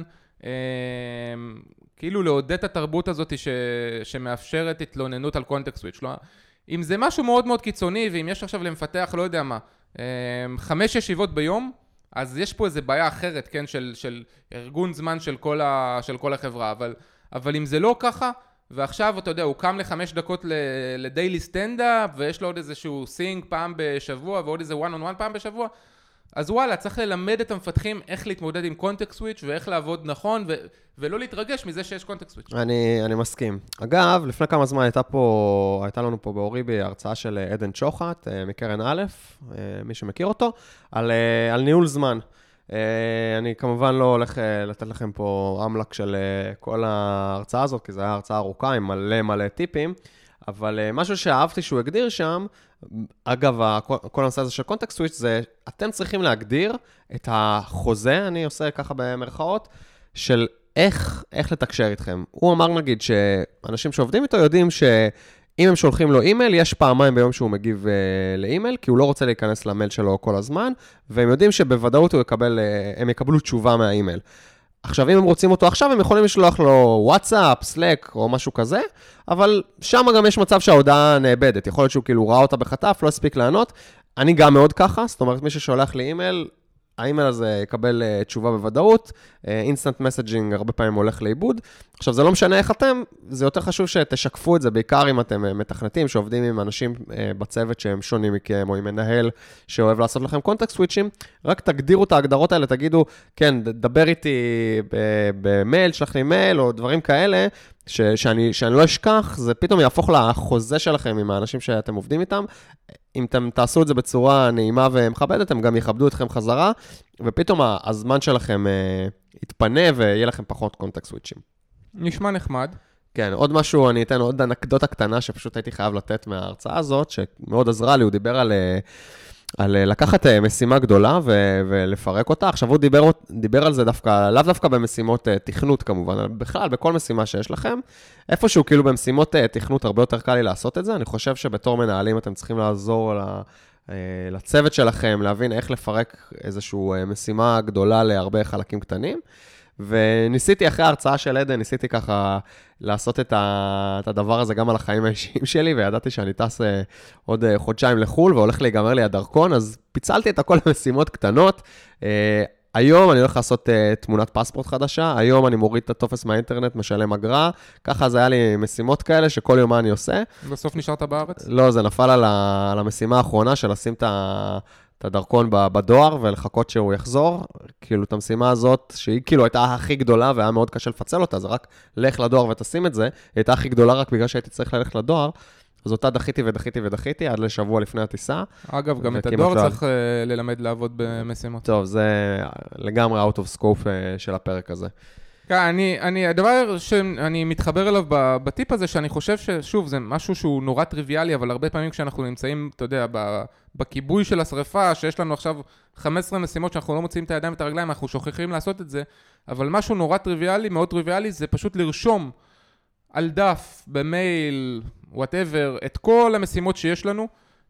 כאילו לעודד את התרבות הזאת שמאפשרת התלוננות על קונטקסט סוויץ'. אם זה משהו מאוד מאוד קיצוני, ואם יש עכשיו למפתח, לא יודע מה, 5 ישיבות ביום, אז יש פה איזו בעיה אחרת, כן, של ארגון זמן של כל החברה, אבל אם זה לא ככה, ועכשיו, אתה יודע, הוא קם ל5 דקות לדיילי סטנדאפ, ויש לו עוד איזשהו סינג פעם בשבוע, ועוד איזה one on one פעם בשבוע, אז וואלה, צריך ללמד את המפתחים איך להתמודד עם קונטקסט סוויץ' ואיך לעבוד נכון, ולא להתרגש מזה שיש קונטקסט סוויץ'. אני מסכים. אגב, לפני כמה זמן הייתה לנו פה באוריבי הרצאה של עדן צ'וחת, מקרן א', מי שמכיר אותו, על ניהול זמן. אני כמובן לא הולך לתת לכם פה אמלק של כל ההרצאה הזאת, כי זו הייתה הרצאה ארוכה עם מלא טיפים, אבל משהו שאהבתי שהוא הגדיר שם, אגב, כל הנושא הזה של קונטקסט סוויץ' זה, אתם צריכים להגדיר את החוזה, אני עושה ככה במרכאות, של איך לתקשר איתכם. הוא אמר נגיד שאנשים שעובדים איתו יודעים שאם הם שולחים לו אימייל, יש פעמיים ביום שהוא מגיב לאימייל, כי הוא לא רוצה להיכנס למייל שלו כל הזמן, והם יודעים שבוודאות הם יקבלו תשובה מהאימייל. עכשיו, אם הם רוצים אותו עכשיו, הם יכולים לשלוח לו וואטסאפ, סלק או משהו כזה, אבל שם גם יש מצב שההודעה נאבדת. יכול להיות שהוא כאילו ראה אותה בחטף, לא הספיק לענות. אני גם מאוד ככה, זאת אומרת, מי ששולח לי אימייל, האימייל הזה יקבל תשובה בוודאות, אינסטנט מסג'ינג הרבה פעמים הולך לאיבוד. עכשיו, זה לא משנה איך אתם, זה יותר חשוב שתשקפו את זה, בעיקר אם אתם מתכנתים, שעובדים עם אנשים בצוות שהם שונים מכם, או עם מנהל שאוהב לעשות לכם קונטקסט סוויצ'ים, רק תגדירו את ההגדרות האלה, תגידו, כן, דבר איתי במייל, שלח לי מייל, או דברים כאלה, שאני לא אשכח, זה פתאום יהפוך לחוזה שלכם עם האנשים שאתם עובדים איתם. אם אתם תעשו את זה בצורה נעימה ומכבדת, הם גם יכבדו אתכם חזרה, ופתאום הזמן שלכם יתפנה ויהיה לכם פחות קונטקסט סוויצ'ים. נשמע נחמד. כן, עוד משהו, אני אתן עוד אנקדוטה קטנה שפשוט הייתי חייב לתת מההרצאה הזאת, שמאוד עזרה לי, הוא דיבר על לקחת משימה גדולה ולפרק אותה. עכשיו הוא דיבר על זה דווקא, לאו דווקא במשימות תכנות כמובן, בכלל בכל משימה שיש לכם, איפשהו כאילו במשימות תכנות הרבה יותר קל לי לעשות את זה. אני חושב שבתור מנהלים אתם צריכים לעזור לצוות שלכם, להבין איך לפרק איזושהי משימה גדולה להרבה חלקים קטנים. וניסיתי אחרי ההרצאה של עדן, ניסיתי ככה לעשות את הדבר הזה גם על החיים האישיים שלי, וידעתי שאני טס עוד חודשיים לחול, והולך להיגמר לי הדרכון, אז פיצלתי את הכל למשימות קטנות. היום אני הולך לעשות תמונת פספורט חדשה, היום אני מוריד את הטופס מהאינטרנט, משלם אגרה, ככה זה היה לי משימות כאלה שכל יום מה אני עושה. בסוף נשארת בארץ? לא, זה נפל על המשימה האחרונה של לשים את הדרכון בדואר ולחכות שהוא יחזור. כאילו את המשימה הזאת, שהיא כאילו הייתה הכי גדולה והיה מאוד קשה לפצל אותה, זה רק לך לדואר ותשים את זה, היא הייתה הכי גדולה רק בגלל שהייתי צריך ללכת לדואר, אז אותה דחיתי ודחיתי ודחיתי עד לשבוע לפני הטיסה. אגב, גם את הדור צריך ללמד לעבוד במשימות. טוב, זה לגמרי out of scope של הפרק הזה. כן, הדבר שאני מתחבר אליו בטיפ הזה, שאני חושב ששוב, זה משהו שהוא נורא טריוויאלי, אבל הרבה פעמים כשאנחנו נמצאים, אתה יודע, בכיבוי של השריפה, שיש לנו עכשיו 15 משימות שאנחנו לא מוצאים את הידיים ואת הרגליים, אנחנו שוכחים לעשות את זה, אבל משהו נורא טריוויאלי, מאוד טריוויאלי, זה פשוט לרשום על דף, במייל, whatever, את כל המשימות שיש לנו,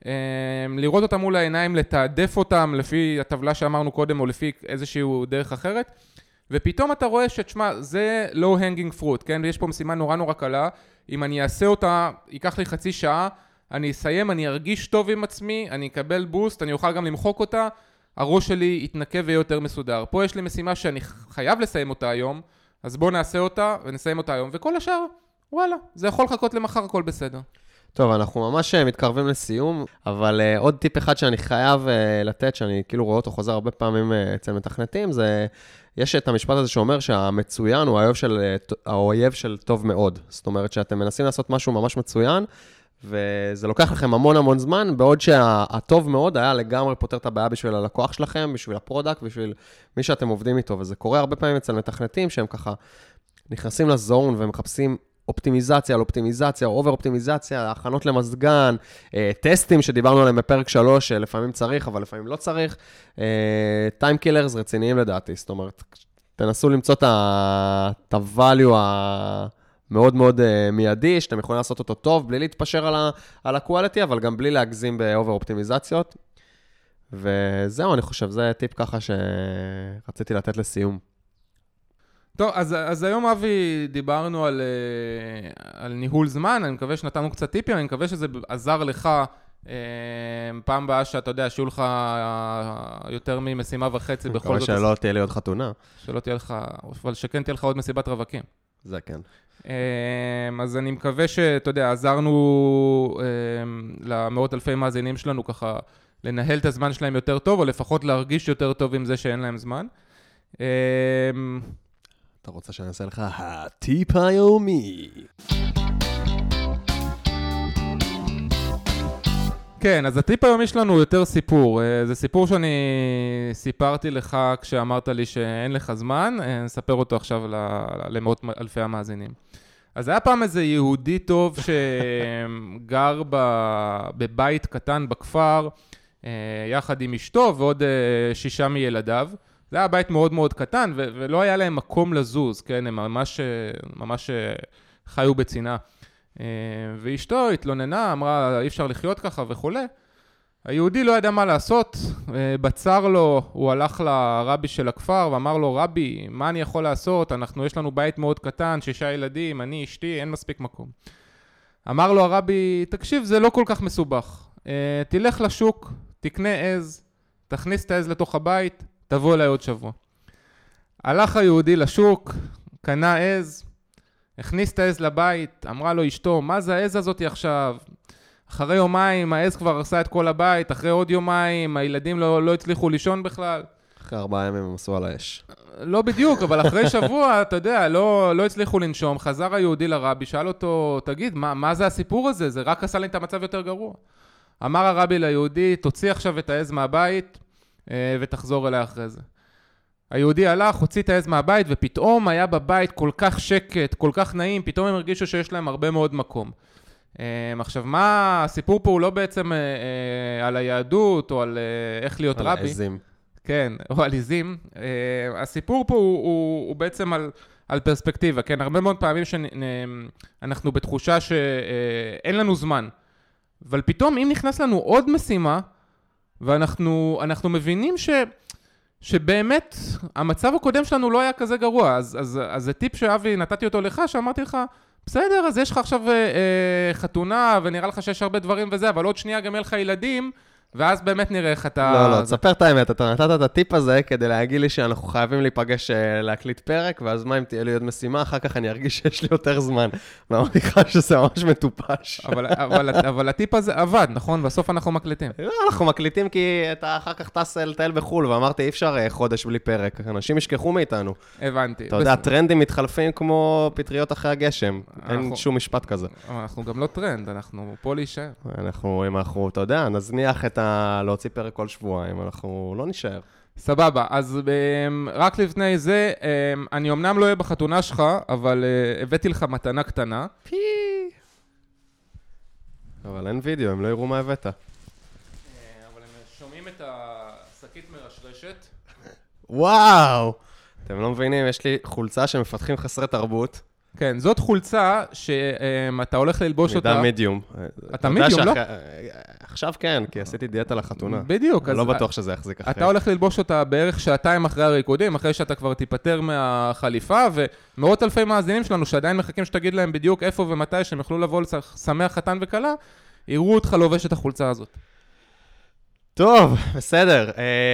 לראות אותם מול העיניים, לתעדף אותם לפי הטבלה שאמרנו קודם, או לפי איזשהו דרך אחרת, ופתאום אתה רואה שתשמע, זה low hanging fruit, כן? יש פה משימה נורא נורא קלה, אם אני אעשה אותה, ייקח לי חצי שעה, אני אסיים, אני ארגיש טוב עם עצמי, אני אקבל בוסט, אני אוכל גם למחוק אותה, הראש שלי יתנקה ויהיה יותר מסודר. פה יש לי משימה שאני חייב לסיים אותה היום, אז בואו נעשה אותה ונסיים אותה היום, וכל השאר, וואלה, זה יכול לחכות למחר, הכל בסדר. טוב, אנחנו ממש מתקרבים לסיום, אבל עוד טיפ אחד שאני חייב לתת, שאני כאילו רואה אותו חוזר הרבה פעמים אצל מתכנתים, זה, יש את המשפט הזה שאומר שהמצוין הוא האויב של טוב מאוד. זאת אומרת שאתם מנסים לעשות משהו ממש מצוין, וזה לוקח לכם המון המון זמן, בעוד שהטוב מאוד היה לגמרי פותר את הבעיה בשביל הלקוח שלכם, בשביל הפרודקט, בשביל מי שאתם עובדים איתו, וזה קורה הרבה פעמים אצל מתכנתים, שהם ככה נכנסים לזון ומחפשים אופטימיזציה על אופטימיזציה, או אובר-אופטימיזציה, הכנות למזגן, טסטים שדיברנו עליהם בפרק 3, לפעמים צריך, אבל לפעמים לא צריך, טיים קילרס רציניים לדעתי, זאת אומרת, תנסו למצוא את ה-value המאוד מאוד מיידי, שאתם יכולים לעשות אותו טוב, בלי להתפשר על ה-quality, אבל גם בלי להגזים באובר-אופטימיזציות, וזהו, אני חושב, זה טיפ ככה שרציתי לתת לסיום. טוב, אז היום אבי דיברנו על ניהול זמן, אני מקווה שנתנו קצת טיפים, אני מקווה שזה עזר לך פעם הבאה שאתה יודע, שיהיו לך יותר ממשימה וחצי בכל זאת. מקווה שלא תהיה לי עוד חתונה. שלא תהיה לך, אבל שכן תהיה לך עוד מסיבת רווקים. זה כן. אז אני מקווה שאתה יודע, עזרנו למאות אלפי מאזינים שלנו ככה לנהל את הזמן שלהם יותר טוב, או לפחות להרגיש יותר טוב עם זה שאין להם זמן. אתה רוצה שאני אעשה לך הטיפ היומי? כן, אז הטיפ היומי שלנו יותר סיפור. זה סיפור שאני סיפרתי לך כשאמרת לי שאין לך זמן, נספר אותו עכשיו למאות אלפי המאזינים. אז היה פעם איזה יהודי טוב שגר בבית קטן בכפר, יחד עם אשתו ועוד 6 מילדיו. זה היה בית מאוד מאוד קטן, ולא היה להם מקום לזוז, כן? הם ממש חיו בצינה. ואשתו התלוננה, אמרה, אי אפשר לחיות ככה וכו'. היהודי לא ידע מה לעשות, בצר לו, הוא הלך לרבי של הכפר, ואמר לו, רבי, מה אני יכול לעשות? יש לנו בית מאוד קטן, 6 ילדים, אני, אשתי, אין מספיק מקום. אמר לו הרבי, תקשיב, זה לא כל כך מסובך. תלך לשוק, תקנה עז, תכניס את העז לתוך הבית, תבוא אליי עוד שבוע. הלך היהודי לשוק, קנה עז, הכניס את העז לבית, אמרה לו אשתו, מה זה העז הזאת עכשיו? אחרי יומיים העז כבר הרסה את כל הבית, אחרי עוד יומיים הילדים לא הצליחו לישון בכלל. אחרי 4 ימים הם עשו על האש. לא בדיוק, אבל אחרי שבוע, אתה יודע, לא הצליחו לנשום, חזר היהודי לרבי, שאל אותו, תגיד, מה זה הסיפור הזה? זה רק עשה לי את המצב יותר גרוע. אמר הרבי ליהודי, תוציא עכשיו את העז מהבית, ותחזור אליה אחרי זה. היהודי הלך, הוציא את העז מהבית, ופתאום היה בבית כל כך שקט, כל כך נעים, פתאום הם הרגישו שיש להם הרבה מאוד מקום. עכשיו, הסיפור פה הוא לא בעצם על היהדות, או על איך להיות רבי. על עזים. כן, או על עזים. הסיפור פה הוא בעצם על פרספקטיבה, כן? הרבה מאוד פעמים שאנחנו בתחושה שאין לנו זמן, אבל פתאום אם נכנס לנו עוד משימה, ואנחנו מבינים שבאמת המצב הקודם שלנו לא היה כזה גרוע, אז זה טיפ שאבי נתתי אותו לך, שאמרתי לך, בסדר, אז יש לך עכשיו חתונה, ונראה לך שיש הרבה דברים וזה, אבל עוד שנייה גם יהיה לך ילדים, ואז באמת נראה איך אתה... לא, תספר את האמת, אתה נתת את הטיפ הזה כדי להגיד לי שאנחנו חייבים להיפגש להקליט פרק, ואז מה אם תהיה לי עוד משימה, אחר כך אני ארגיש שיש לי יותר זמן. ואמרתי לך שזה ממש מטופש. אבל הטיפ הזה עבד, נכון? בסוף אנחנו מקליטים. לא, אנחנו מקליטים כי אתה אחר כך טס לטייל בחול, ואמרתי אי אפשר חודש בלי פרק, אנשים ישכחו מאיתנו. הבנתי. אתה יודע, טרנדים מתחלפים כמו פטריות אחרי הגשם, אין שום משפט כזה. אנחנו גם לא טרנד, אנחנו פה להישאר. אנחנו, אתה יודע, נזניח להוציא פרק כל שבועיים, אנחנו לא נשאר. סבבה, אז רק לפני זה, אני אמנם לא אהיה בחתונה שלך, אבל הבאתי לך מתנה קטנה. אבל אין וידאו, הם לא יראו מה הבאת. אבל הם שומעים את השקית מרשרשת. וואו! אתם לא מבינים, יש לי חולצה שמפתחים חסרי תרבות. כן, זאת חולצה שאתה הולך ללבוש אותה. מידה מידיום. אתה מידיום, לא? עכשיו כן, כי עשיתי דיאטה לחתונה. בדיוק. אני לא בטוח שזה יחזיק אחרי. אתה הולך ללבוש אותה בערך שעתיים אחרי הריקודים, אחרי שאתה כבר תיפטר מהחליפה, ומאות אלפי מאזינים שלנו שעדיין מחכים שתגיד להם בדיוק איפה ומתי שהם יוכלו לבוא לשמח חתן וכלה, יראו אותך לובש את החולצה הזאת. טוב, בסדר.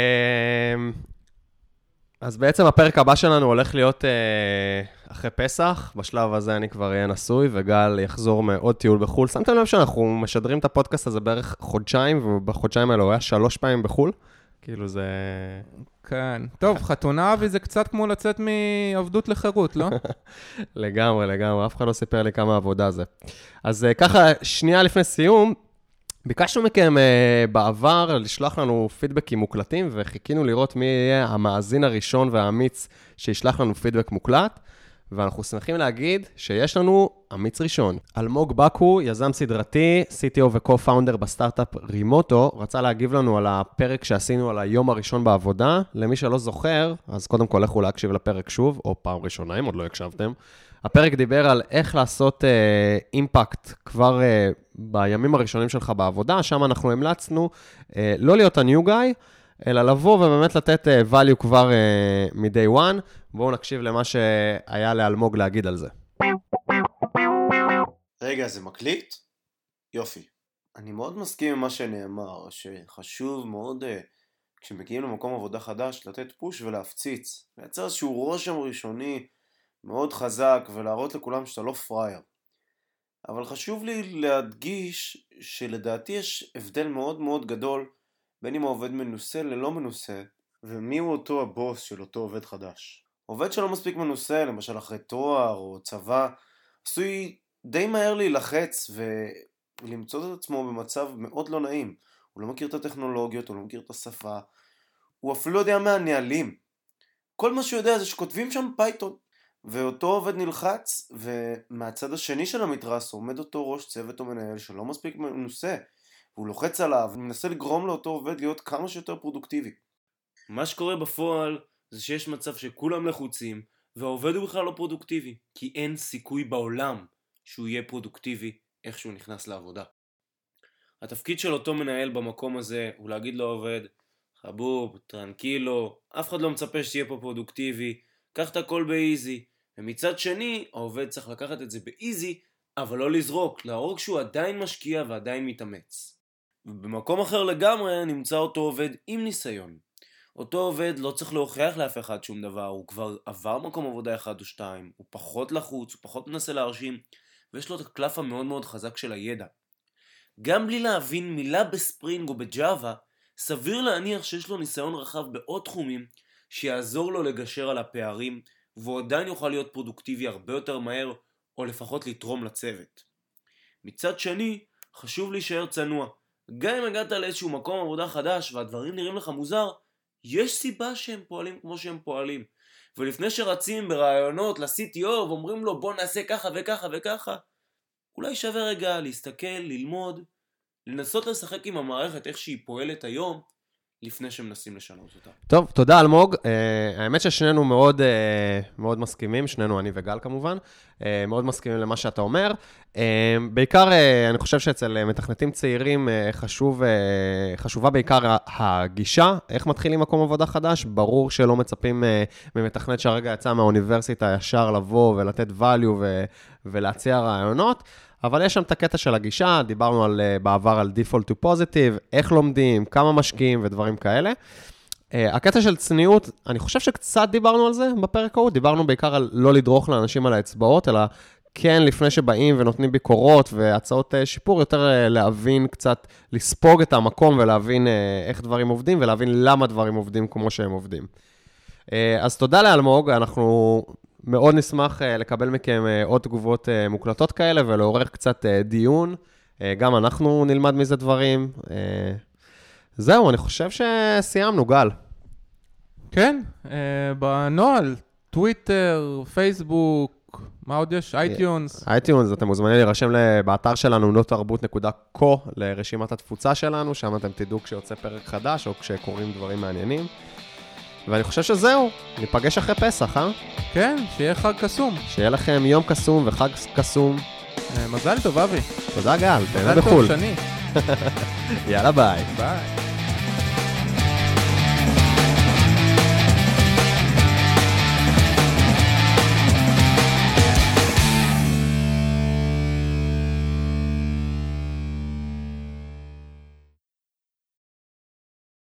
אז בעצם הפרק הבא שלנו הולך להיות אחרי פסח. בשלב הזה אני כבר אהיה נשוי, וגל יחזור מעוד טיול בחול. שמתם לב שאנחנו משדרים את הפודקאסט הזה בערך חודשיים, ובחודשיים האלו הוא היה 3 פעמים בחול. כאילו זה... כן. טוב, חתונה וזה קצת כמו לצאת מעבדות לחירות, לא? לגמרי. אף אחד לא סיפר לי כמה עבודה זה. אז ככה, שנייה לפני סיום, ביקשנו מכם בעבר לשלוח לנו פידבקים מוקלטים, וחיכינו לראות מי יהיה המאזין הראשון והאמיץ שישלח לנו פידבק מוקלט, ואנחנו שמחים להגיד שיש לנו אמיץ ראשון. אלמוג בקו, יזם סדרתי, CTO ו-co-founder בסטארט-אפ רימוטו, רצה להגיב לנו על הפרק שעשינו על היום הראשון בעבודה. למי שלא זוכר, אז קודם כל לכו להקשיב לפרק שוב, או פעם ראשונה, אם עוד לא הקשבתם. הפרק דיבר על איך לעשות אימפקט כבר בימים הראשונים שלך בעבודה, שם אנחנו המלצנו לא להיות ה-new guy, אלא לבוא ובאמת לתת value כבר מ-day one. בואו נקשיב למה שהיה לאלמוג להגיד על זה. רגע, זה מקליט? יופי. אני מאוד מסכים עם מה שנאמר, שחשוב מאוד כשמגיעים למקום עבודה חדש לתת פוש ולהפציץ, לייצר איזשהו רושם ראשוני מאוד חזק ולהראות לכולם שאתה לא פרייר. אבל חשוב לי להדגיש שלדעתי יש הבדל מאוד מאוד גדול בין אם העובד מנוסה ללא מנוסה, ומי הוא אותו הבוס של אותו עובד חדש. עובד שלא מספיק מנוסה, למשל אחרי תואר או צבא, עשוי די מהר להילחץ ולמצוא את עצמו במצב מאוד לא נעים. הוא לא מכיר את הטכנולוגיות, הוא לא מכיר את השפה, הוא אפילו לא יודע מה הנהלים. כל מה שהוא יודע זה שכותבים שם פייתון, ואותו עובד נלחץ, ומהצד השני של המתרס עומד אותו ראש צוות או מנהל שלא מספיק מנוסה, והוא לוחץ עליו ומנסה לגרום לאותו עובד להיות כמה שיותר פרודוקטיבי. מה שקורה בפועל זה שיש מצב שכולם לחוצים, והעובד הוא בכלל לא פרודוקטיבי, כי אין סיכוי בעולם שהוא יהיה פרודוקטיבי איך שהוא נכנס לעבודה. התפקיד של אותו מנהל במקום הזה הוא להגיד לעובד, חבוב, טרנקילו, אף אחד לא מצפה שתהיה פה פרודוקטיבי, קח את הכל באיזי. ומצד שני, העובד צריך לקחת את זה באיזי, אבל לא לזרוק, להרוג שהוא עדיין משקיע ועדיין מתאמץ. ובמקום אחר לגמרי נמצא אותו עובד עם ניסיון. אותו עובד לא צריך להוכיח לאף אחד שום דבר, הוא כבר עבר מקום עבודה 1 או 2, הוא פחות לחוץ, הוא פחות מנסה להרשים, ויש לו את הקלף המאוד מאוד חזק של הידע. גם בלי להבין מילה בספרינג או בג'אווה, סביר להניח שיש לו ניסיון רחב בעוד תחומים, שיעזור לו לגשר על הפערים, והוא עדיין יוכל להיות פרודוקטיבי הרבה יותר מהר, או לפחות לתרום לצוות. מצד שני, חשוב להישאר צנוע. גם אם הגעת לאיזשהו מקום עבודה חדש, והדברים נראים לך מוזר, יש סיבה שהם פועלים כמו שהם פועלים. ולפני שרצים ברעיונות ל-CTO ואומרים לו בוא נעשה ככה וככה וככה, אולי שווה רגע להסתכל, ללמוד, לנסות לשחק עם המערכת איך שהיא פועלת היום, לפני שמנסים לשנות אותה. טוב, תודה אלמוג. האמת ששנינו מאוד, מאוד מסכימים, שנינו, אני וגל כמובן, מאוד מסכימים למה שאתה אומר. בעיקר, אני חושב שאצל מתכנתים צעירים חשובה בעיקר הגישה, איך מתחילים מקום עבודה חדש. ברור שלא מצפים ממתכנת שהרגע יצא מהאוניברסיטה ישר לבוא ולתת value ולהציע רעיונות, אבל יש שם את הקטע של הגישה, דיברנו בעבר על default to positive, איך לומדים, כמה משקיעים ודברים כאלה. הקטע של צניעות, אני חושב שקצת דיברנו על זה בפרק ההוא, דיברנו בעיקר על לא לדרוך לאנשים על האצבעות, אלא כן, לפני שבאים ונותנים ביקורות והצעות שיפור, יותר להבין קצת, לספוג את המקום ולהבין איך דברים עובדים, ולהבין למה דברים עובדים כמו שהם עובדים. אז תודה לאלמוג, אנחנו מאוד נשמח לקבל מכם עוד תגובות מוקלטות כאלה, ולעורר קצת דיון, גם אנחנו נלמד מזה דברים. זהו, אני חושב שסיימנו, גל. כן, בנועל, טוויטר, פייסבוק, מה עוד יש? אייטיונס. אייטיונס, אתם מוזמנים להירשם באתר שלנו, notarbut.co, לרשימת התפוצה שלנו, שם אתם תדעו כשיוצא פרק חדש, או כשקוראים דברים מעניינים. ואני חושב שזהו, ניפגש אחרי פסח, כן, שיהיה חג קסום. שיהיה לכם יום קסום וחג קסום. מזל טוב, אבי. תודה, גל, תהנה מזל בחול. טוב, שני. יאללה, ביי. ביי.